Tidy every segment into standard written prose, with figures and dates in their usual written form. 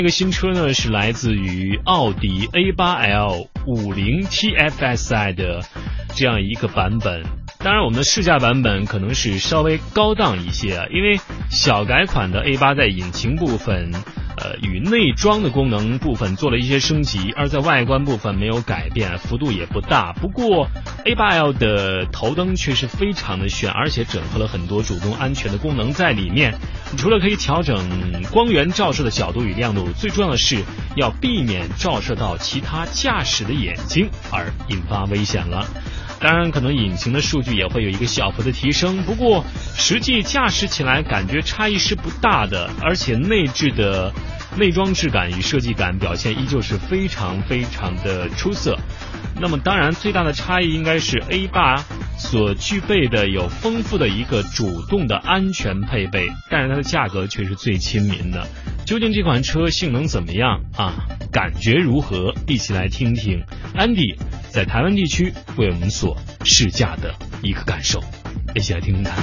这个新车呢是来自于奥迪 A8L 50 TFSI 的这样一个版本。当然我们的试驾版本可能是稍微高档一些啊，因为小改款的 A8 在引擎部分与内装的功能部分做了一些升级，而在外观部分没有改变，幅度也不大。不过 A8L 的头灯却是非常的炫，而且整合了很多主动安全的功能在里面。除了可以调整光源照射的角度与亮度，最重要的是要避免照射到其他驾驶的眼睛而引发危险了。当然可能引擎的数据也会有一个小幅的提升，不过实际驾驶起来感觉差异是不大的，而且内装质感与设计感表现依旧是非常非常的出色。那么当然最大的差异应该是 A8 所具备的有丰富的一个主动的安全配备，但是它的价格却是最亲民的。究竟这款车性能怎么样啊？感觉如何？一起来听听 Andy 在台湾地区为我们所试驾的一个感受，一起来听听看。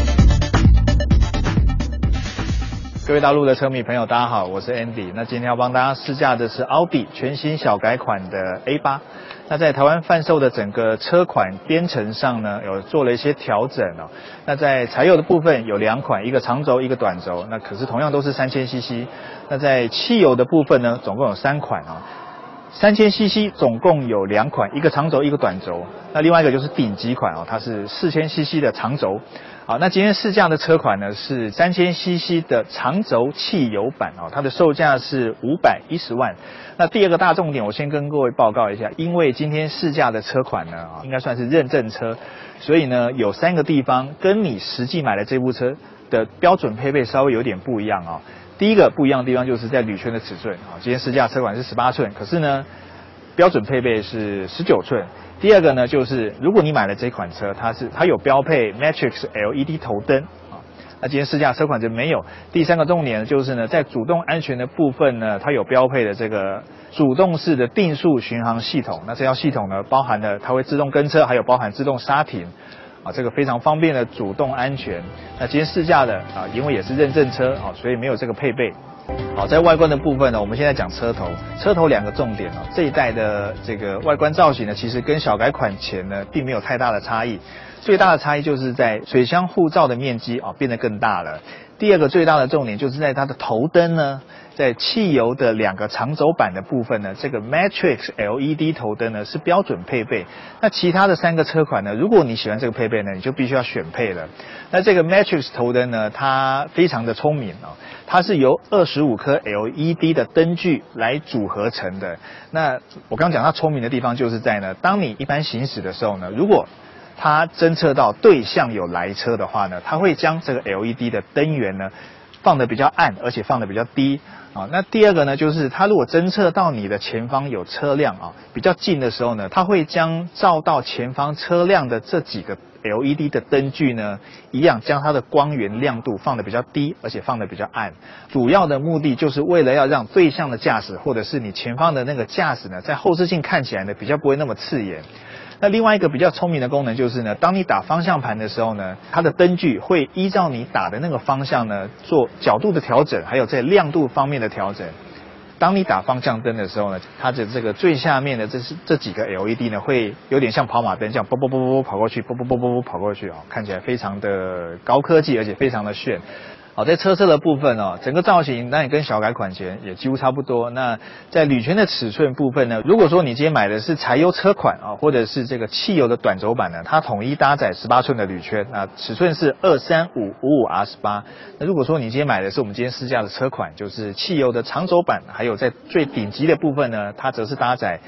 各位大陆的车迷朋友大家好，我是 Andy。那今天要帮大家试驾的是奥迪全新小改款的 A8。那在台湾贩售的整个车款编程上呢，有做了一些调整哦。那在柴油的部分有2款，一个长轴一个短轴，那可是同样都是3000cc。那在汽油的部分呢，总共有3款哦。3000cc 总共有2款，一个长轴一个短轴。那另外一个就是顶级款哦，它是4000cc 的长轴。好，那今天试驾的车款呢是3000cc 的长轴汽油版哦，它的售价是510万。那第二个大重点，我先跟各位报告一下，因为今天试驾的车款呢应该算是认证车，所以呢有3个地方跟你实际买的这部车的标准配备稍微有点不一样哦。第一个不一样的地方就是在铝圈的尺寸啊，今天试驾车款是18寸，可是呢标准配备是19寸。第二个呢，就是如果你买了这款车，它有标配 Matrix LED 头灯啊，那今天试驾车款就没有。第3个重点就是呢，在主动安全的部分呢，它有标配的这个主动式的定速巡航系统。那这套系统呢，包含了它会自动跟车，还有包含自动刹停啊，这个非常方便的主动安全。那今天试驾的啊，因为也是认证车啊，所以没有这个配备。好，在外观的部分呢，我们现在讲车头。车头2个重点哦，这一代的这个外观造型呢，其实跟小改款前呢并没有太大的差异。最大的差异就是在水箱护罩的面积变得更大了。第二个最大的重点就是在它的头灯呢，在汽油的2个长轴版的部分呢，这个 Matrix LED 头灯呢是标准配备。那其他的3个车款呢，如果你喜欢这个配备呢，你就必须要选配了。那这个 Matrix 头灯呢，它非常的聪明哦，它是由25颗 LED 的灯具来组合成的。那我刚讲它聪明的地方就是在呢，当你一般行驶的时候呢，如果它侦测到对向有来车的话呢，它会将这个 LED 的灯源呢放得比较暗，而且放得比较低啊。那第二个呢，就是它如果侦测到你的前方有车辆啊比较近的时候呢，它会将照到前方车辆的这几个 LED 的灯具呢，一样将它的光源亮度放得比较低，而且放得比较暗。主要的目的就是为了要让对向的驾驶或者是你前方的那个驾驶呢，在后视镜看起来呢比较不会那么刺眼。那另外一个比较聪明的功能就是呢，当你打方向盘的时候呢，它的灯具会依照你打的那个方向呢做角度的调整，还有在亮度方面的调整。当你打方向灯的时候呢，它的这个最下面的这几个 LED 呢，会有点像跑马灯这样啵啵啵啵啵跑过去，啵啵啵啵啵跑过去看起来非常的高科技，而且非常的炫。好，在车侧的部分整个造型那也跟小改款前也几乎差不多。那在铝圈的尺寸部分呢，如果说你今天买的是柴油车款或者是这个汽油的短轴版呢，它统一搭载18寸的铝圈，那尺寸是23555R18。那如果说你今天买的是我们今天试驾的车款，就是汽油的长轴版，还有在最顶级的部分呢，它则是搭载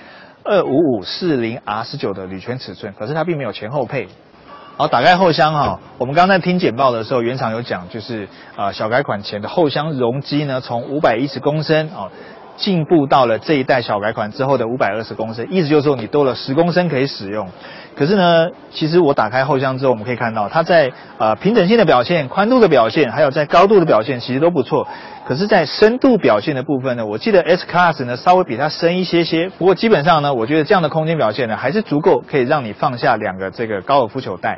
25540R19的铝圈尺寸，可是它并没有前后配。好，打开后箱我们刚才听简报的时候，原厂有讲，就是小改款前的后箱容积呢，从510公升进步到了这一代小改款之后的520公升，意思就是说你多了10公升可以使用。可是呢，其实我打开后箱之后，我们可以看到它在平整性的表现、宽度的表现，还有在高度的表现，其实都不错。可是，在深度表现的部分呢，我记得 S-Class 呢稍微比它深一些，不过基本上呢，我觉得这样的空间表现呢，还是足够可以让你放下2个这个高尔夫球袋。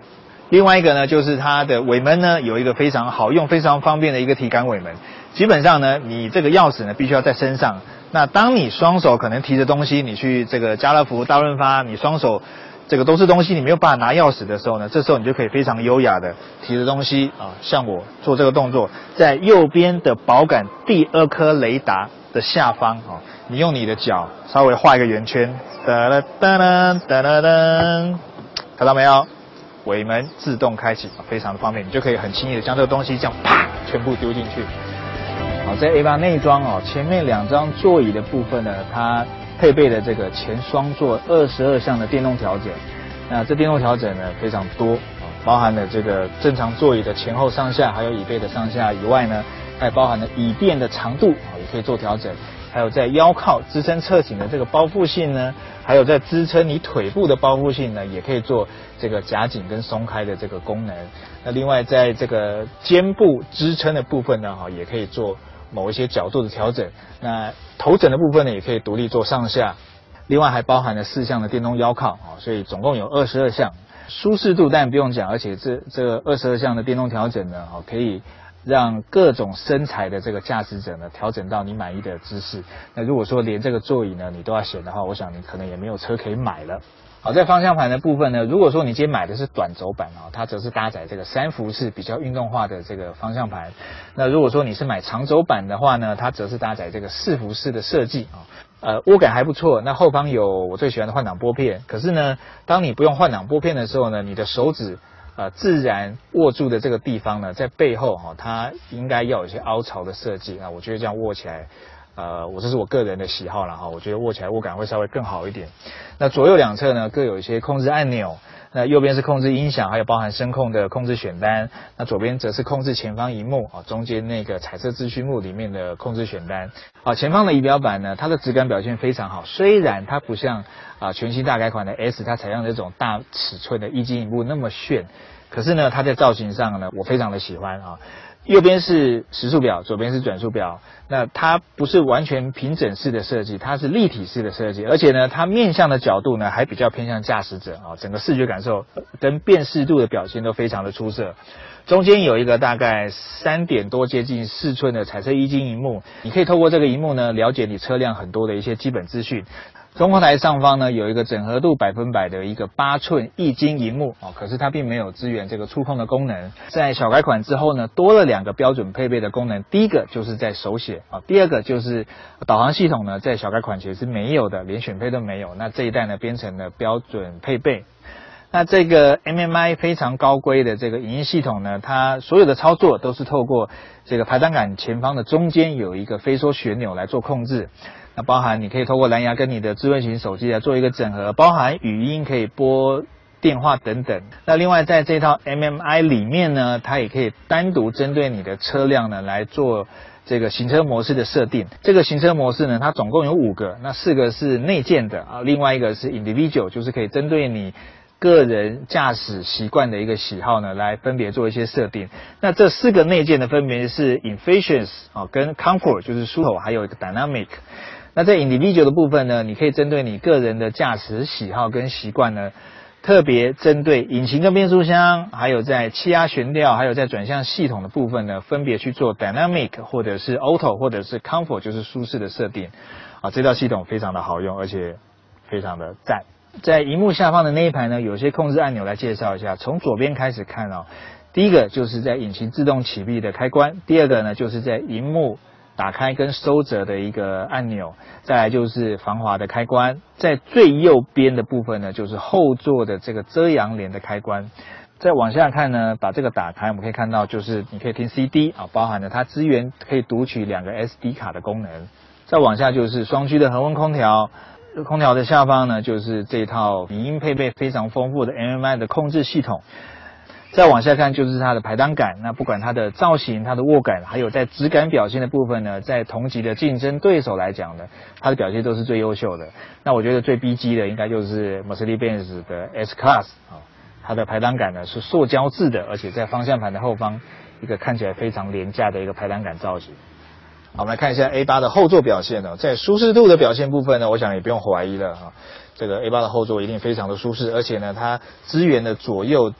另外一个呢，就是它的尾门呢有一个非常好用、非常方便的一个提杆尾门。基本上呢，你这个钥匙呢必须要在身上。那当你双手可能提着东西，你去这个家乐福、大润发，你双手这个都是东西，你没有办法拿钥匙的时候呢，这时候你就可以非常优雅的提着东西啊，像我做这个动作，在右边的保杆第2颗雷达的下方啊，你用你的脚稍微画一个圆圈，哒啦哒啦哒啦哒，看到没有？尾门自动开启，非常的方便，你就可以很轻易的将这个东西这样啪全部丢进去。好，在 A8 内装哦，前面2张座椅的部分呢，它配备的这个前双座22项的电动调整。那这电动调整呢非常多啊，包含了这个正常座椅的前后上下，还有椅背的上下以外呢，还包含了椅垫的长度啊，也可以做调整。还有在腰靠支撑侧颈的这个包覆性呢，还有在支撑你腿部的包覆性呢，也可以做这个夹紧跟松开的这个功能。那另外在这个肩部支撑的部分呢，也可以做某一些角度的调整。那头枕的部分呢，也可以独立做上下。另外还包含了4项的电动腰靠，所以总共有22项。舒适度当然不用讲，而且这22项的电动调整呢，可以让各种身材的这个驾驶者呢调整到你满意的姿势。那如果说连这个座椅呢你都要选的话，我想你可能也没有车可以买了。好，在方向盘的部分呢，如果说你今天买的是短轴版它则是搭载这个3辐式比较运动化的这个方向盘。那如果说你是买长轴版的话呢，它则是搭载这个4辐式的设计握感还不错。那后方有我最喜欢的换挡拨片，可是呢，当你不用换挡拨片的时候呢，你的手指自然握住的这个地方呢，在背后它应该要有一些凹槽的设计。那我觉得这样握起来这是我个人的喜好啦我觉得握起来握感会稍微更好一点。那左右两侧呢各有一些控制按钮，那右边是控制音响，还有包含声控的控制选单，那左边则是控制前方萤幕中间那个彩色资讯幕里面的控制选单。前方的仪表板呢，它的质感表现非常好，虽然它不像全新大改款的 S 它采用这种大尺寸的液晶萤幕那么炫，可是呢它在造型上呢我非常的喜欢右边是时速表，左边是转速表。那它不是完全平整式的设计，它是立体式的设计，而且呢它面向的角度呢还比较偏向驾驶者整个视觉感受跟辨识度的表现都非常的出色。中间有一个大概3点多接近4寸的彩色液晶萤幕，你可以透过这个萤幕呢了解你车辆很多的一些基本资讯。中控台上方呢有一个整合度100%的一个8寸液晶萤幕可是它并没有支援这个触控的功能。在小改款之后呢，多了2个标准配备的功能，第一个就是在手写第二个就是导航系统呢，在小改款其实是没有的，连选配都没有。那这一代呢变成了标准配备。那这个 MMI 非常高规的这个影音系统呢，它所有的操作都是透过这个排挡杆前方的中间有一个飞梭旋钮来做控制。那包含你可以透过蓝牙跟你的智慧型手机来做一个整合，包含语音可以拨电话等等。那另外在这套 MMI 里面呢，它也可以单独针对你的车辆呢来做这个行车模式的设定。这个行车模式呢，它总共有5个，那4个是内建的另外一个是 individual， 就是可以针对你个人驾驶习惯的一个喜好呢，来分别做一些设定。那这4个内建的分别是 Efficiency 跟 Comfort， 就是舒服，还有一个 Dynamic。那在 individual 的部分呢，你可以针对你个人的驾驶喜好跟习惯呢，特别针对引擎跟变速箱，还有在气压悬吊，还有在转向系统的部分呢，分别去做 Dynamic 或者是 Auto 或者是 Comfort， 就是舒适的设定这套系统非常的好用，而且非常的赞。在萤幕下方的那一排呢，有些控制按钮来介绍一下。从左边开始看第一个就是在引擎自动启闭的开关，第二个呢就是在萤幕打开跟收折的一个按钮，再来就是防滑的开关，在最右边的部分呢就是后座的这个遮阳帘的开关。再往下看呢，把这个打开，我们可以看到就是你可以听 CD 包含了它支援可以读取2个 SD 卡的功能。再往下就是双区的恒温空调，空调的下方呢就是这套语音配备非常丰富的 MMI 的控制系统。再往下看就是它的排挡杆，那不管它的造型、它的握感，还有在质感表现的部分呢，在同级的竞争对手来讲呢，它的表现都是最优秀的。那我觉得最逼机的应该就是 Mercedes-Benz 的 S-Class 它的排挡杆呢是塑胶制的，而且在方向盘的后方一个看起来非常廉价的一个排挡杆造型。好，我们来看一下 A8 的后座表现在舒适度的表现部分呢，我想也不用怀疑了这个 A8 的后座一定非常的舒适，而且呢它支援了左右的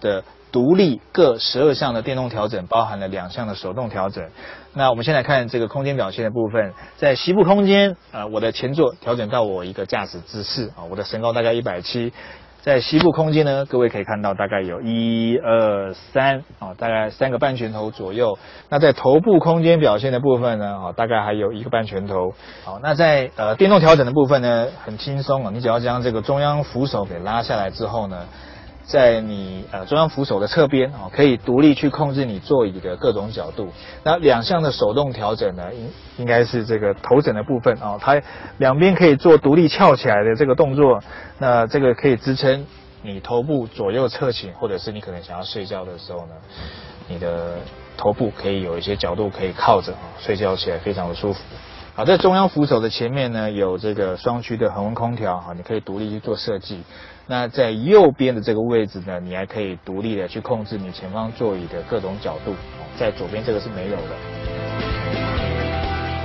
独立各12项的电动调整，包含了2项的手动调整。那我们先来看这个空间表现的部分，在膝部空间，我的前座调整到我一个驾驶姿势我的身高大概170。在膝部空间呢，各位可以看到大概有1、2、3大概3个半拳头左右。那在头部空间表现的部分呢，大概还有1个半拳头。好，那在电动调整的部分呢，很轻松你只要将这个中央扶手给拉下来之后呢，在你中央扶手的侧边可以独立去控制你座椅的各种角度。那2项的手动调整呢，应该是这个头枕的部分它两边可以做独立翘起来的这个动作。那这个可以支撑你头部左右侧倾，或者是你可能想要睡觉的时候呢，你的头部可以有一些角度可以靠着睡觉起来非常的舒服。好，在中央扶手的前面呢，有这个双区的恒温空调你可以独立去做设计。那在右边的这个位置呢，你还可以独立的去控制你前方座椅的各种角度，在左边这个是没有的。